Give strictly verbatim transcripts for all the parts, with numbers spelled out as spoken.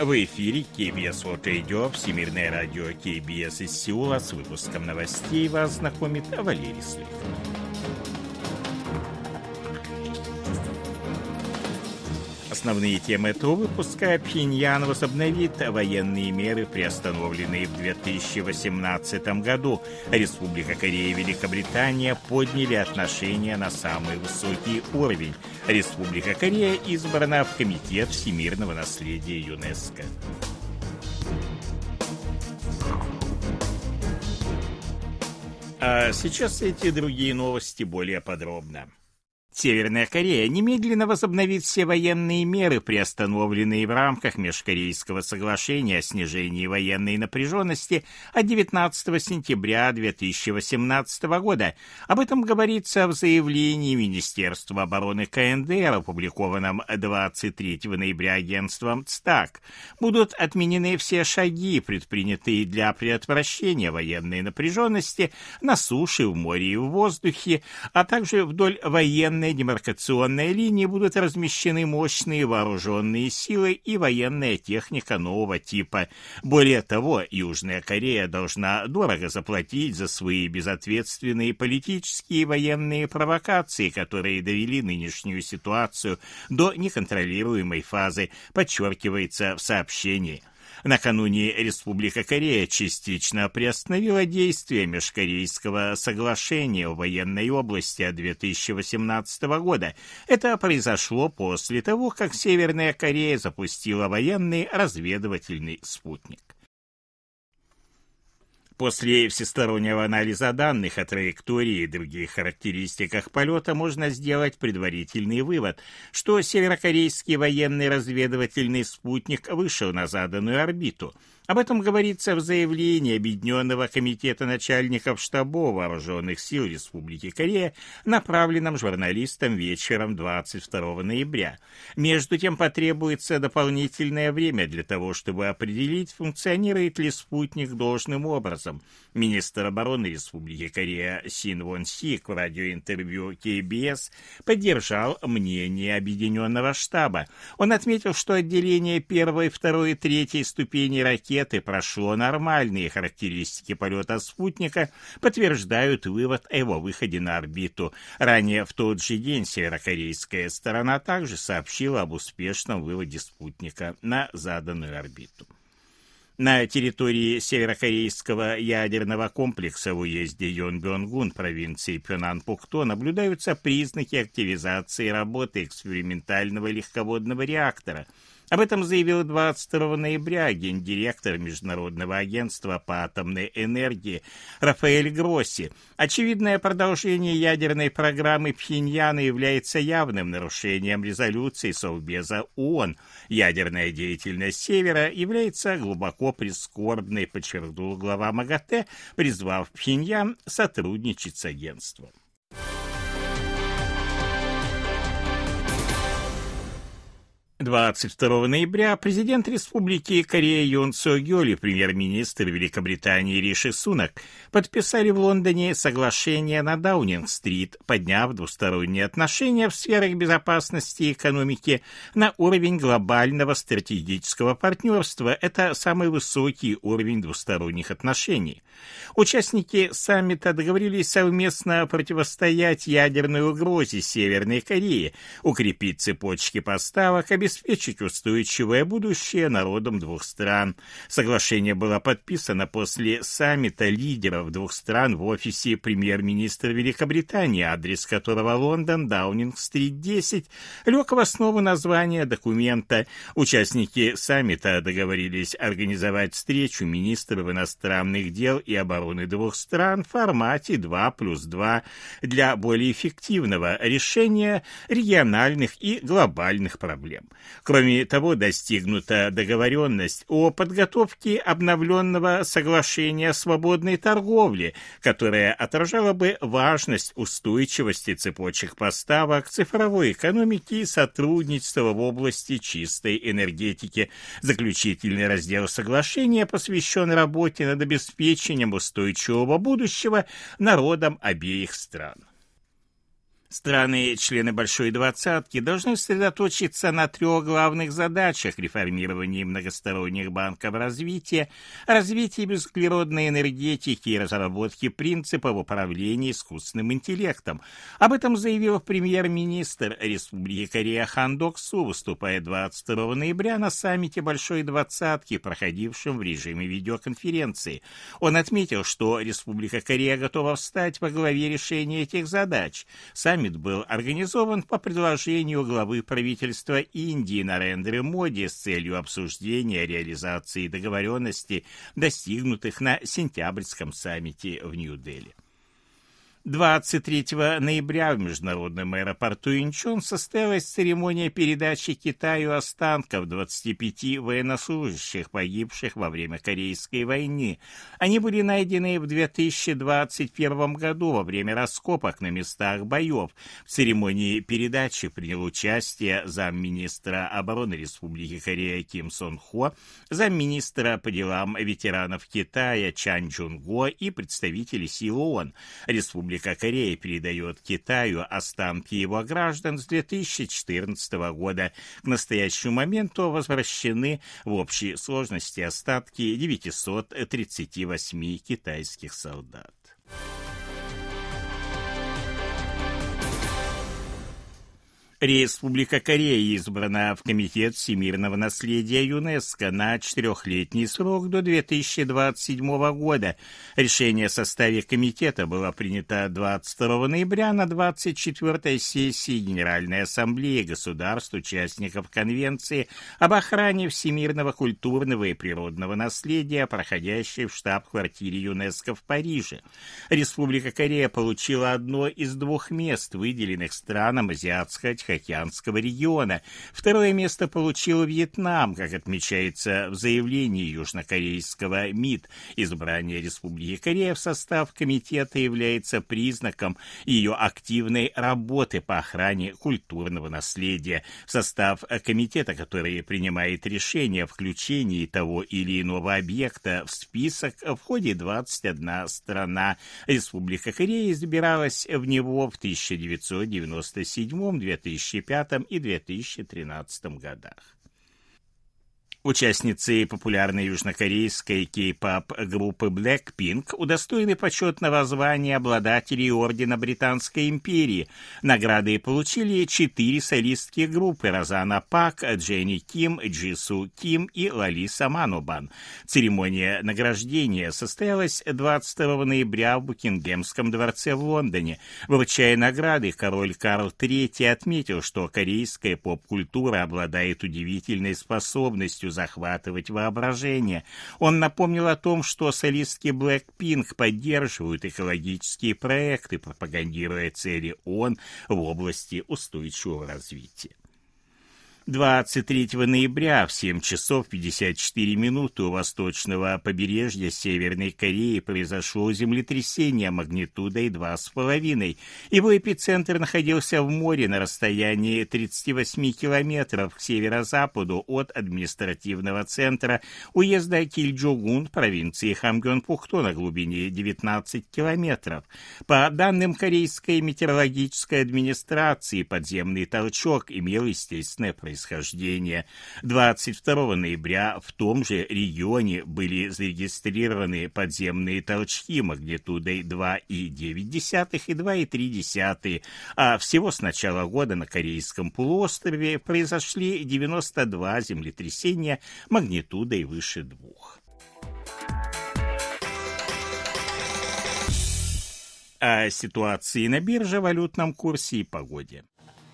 В эфире кей би эс World Radio, всемирное радио кей би эс из Сеула. С выпуском новостей вас знакомит Валерий Слейк. Основные темы этого выпуска: Пхеньян возобновит военные меры, приостановленные в две тысячи восемнадцатом году. Республика Корея и Великобритания подняли отношения на самый высокий уровень. Республика Корея избрана в Комитет всемирного наследия ЮНЕСКО. А сейчас эти и другие новости более подробно. Северная Корея немедленно возобновит все военные меры, приостановленные в рамках Межкорейского соглашения о снижении военной напряженности от девятнадцатого сентября две тысячи восемнадцатого года. Об этом говорится в заявлении Министерства обороны КНДР, опубликованном двадцать третьего ноября агентством ЦТАК. Будут отменены все шаги, предпринятые для предотвращения военной напряженности на суше, в море и в воздухе, а также вдоль военной демаркационной линии будут размещены мощные вооруженные силы и военная техника нового типа. Более того, Южная Корея должна дорого заплатить за свои безответственные политические и военные провокации, которые довели нынешнюю ситуацию до неконтролируемой фазы, подчеркивается в сообщении. Накануне Республика Корея частично приостановила действие Межкорейского соглашения в военной области от две тысячи восемнадцатого года. Это произошло после того, как Северная Корея запустила военный разведывательный спутник. После всестороннего анализа данных о траектории и других характеристиках полета можно сделать предварительный вывод, что северокорейский военный разведывательный спутник вышел на заданную орбиту. Об этом говорится в заявлении Объединенного комитета начальников штабов вооруженных сил Республики Корея, направленном журналистам вечером двадцать второго ноября. Между тем, потребуется дополнительное время для того, чтобы определить, функционирует ли спутник должным образом. Министр обороны Республики Корея Син Вон Сик в радиоинтервью кей би эс поддержал мнение Объединенного штаба. Он отметил, что отделение первой, второй и третьей ступеней ракеты прошло нормальные характеристики полета спутника, подтверждают вывод о его выходе на орбиту. Ранее в тот же день северокорейская сторона также сообщила об успешном выводе спутника на заданную орбиту. На территории северокорейского ядерного комплекса в уезде Йонбёнгун провинции Пёнан-Пукто наблюдаются признаки активизации работы экспериментального легководного реактора. Об этом заявил двадцать второго ноября гендиректор Международного агентства по атомной энергии Рафаэль Гросси. Очевидное продолжение ядерной программы Пхеньяна является явным нарушением резолюции Совбеза ООН. Ядерная деятельность Севера является глубоко прискорбной, подчеркнул глава МАГАТЭ, призвав Пхеньян сотрудничать с агентством. двадцать второго ноября президент Республики Корея Юн Сок-Йоль и премьер-министр Великобритании Риши Сунак подписали в Лондоне соглашение на Даунинг-стрит, подняв двусторонние отношения в сферах безопасности и экономики на уровень глобального стратегического партнерства. Это самый высокий уровень двусторонних отношений. Участники саммита договорились совместно противостоять ядерной угрозе Северной Кореи, укрепить цепочки поставок, обеспечить обеспечить устойчивое будущее народам двух стран. Соглашение было подписано после саммита лидеров двух стран в офисе премьер-министра Великобритании, адрес которого Лондон, Даунинг-стрит десять, лег в основу названия документа. Участники саммита договорились организовать встречу министров иностранных дел и обороны двух стран в формате два плюс два для более эффективного решения региональных и глобальных проблем. Кроме того, достигнута договоренность о подготовке обновленного соглашения о свободной торговле, которое отражало бы важность устойчивости цепочек поставок, цифровой экономики и сотрудничества в области чистой энергетики. Заключительный раздел соглашения посвящен работе над обеспечением устойчивого будущего народам обеих стран. Страны-члены Большой Двадцатки должны сосредоточиться на трех главных задачах: реформировании многосторонних банков развития, развитии безуглеродной энергетики и разработке принципов управления искусственным интеллектом. Об этом заявил премьер-министр Республики Корея Хан Док-су, выступая двадцать второго ноября на саммите Большой Двадцатки, проходившем в режиме видеоконференции. Он отметил, что Республика Корея готова встать во главе решения этих задач. Саммит был организован по предложению главы правительства Индии Нарендры Моди с целью обсуждения реализации договоренностей, достигнутых на сентябрьском саммите в Нью-Дели. двадцать третьего ноября в международном аэропорту Инчхон состоялась церемония передачи Китаю останков двадцати пяти военнослужащих, погибших во время Корейской войны. Они были найдены в две тысячи двадцать первом году во время раскопок на местах боев. В церемонии передачи принял участие замминистра обороны Республики Корея Ким Сон Хо, замминистра по делам ветеранов Китая Чан Чжун Го и представители сил ООН. Республика Республика Корея передает Китаю останки его граждан с две тысячи четырнадцатого года. К настоящему моменту возвращены в общей сложности остатки девятисот тридцати восьми китайских солдат. Республика Корея избрана в Комитет всемирного наследия ЮНЕСКО на четырехлетний срок до две тысячи двадцать седьмого года. Решение о составе комитета было принято двадцать второго ноября на двадцать четвёртой сессии Генеральной Ассамблеи государств-участников Конвенции об охране всемирного культурного и природного наследия, проходящей в штаб-квартире ЮНЕСКО в Париже. Республика Корея получила одно из двух мест, выделенных странам Азиатско-Тихоокеанского Тихоокеанского региона. Второе место получил Вьетнам, как отмечается в заявлении южнокорейского МИД. Избрание Республики Корея в состав комитета является признаком ее активной работы по охране культурного наследия. В состав комитета, который принимает решение о включении того или иного объекта в список, входит двадцать одна страна. Республика Корея избиралась в него в тысяча девятьсот девяносто седьмом, две тысячи пятом и две тысячи тринадцатом годах. Участницы популярной южнокорейской кей-поп группы Blackpink удостоены почетного звания обладателей Ордена Британской империи. Награды получили четыре солистки группы: Розана Пак, Дженни Ким, Джису Ким и Лалиса Манобан. Церемония награждения состоялась двадцать второго ноября в Букингемском дворце в Лондоне. Вручая награды, король Карл третий отметил, что корейская поп-культура обладает удивительной способностью захватывать воображение. Он напомнил о том, что солистки Blackpink поддерживают экологические проекты, пропагандируя цели ООН в области устойчивого развития. двадцать третьего ноября в семь часов пятьдесят четыре минуты у восточного побережья Северной Кореи произошло землетрясение магнитудой два с половиной. Его эпицентр находился в море на расстоянии тридцати восьми километров к северо-западу от административного центра уезда Кильджогун провинции Хамгёнпукто на глубине девятнадцати километров. По данным Корейской метеорологической администрации, подземный толчок имел естественное происхождение. происхождения. двадцать второго ноября в том же регионе были зарегистрированы подземные толчки магнитудой два и девять десятых и два и три десятых, а всего с начала года на Корейском полуострове произошли девяносто два землетрясения магнитудой выше двух. О ситуации на бирже, валютном курсе и погоде.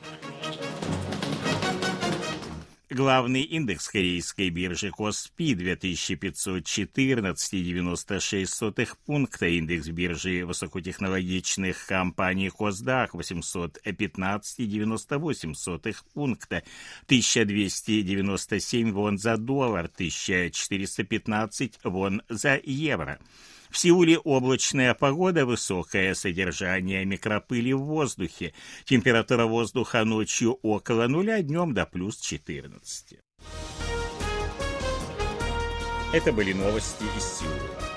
Главный индекс корейской биржи Коспи две тысячи пятьсот четырнадцать целых девяносто шесть сотых пункта, индекс биржи высокотехнологичных компаний Косдак восемьсот пятнадцать целых девяносто восемь сотых пункта, тысяча двести девяносто семь вон за доллар, тысяча четыреста пятнадцать вон за евро. В Сеуле облачная погода, высокое содержание микропыли в воздухе. Температура воздуха ночью около нуля, днем до плюс четырнадцати. Это были новости из Сеула.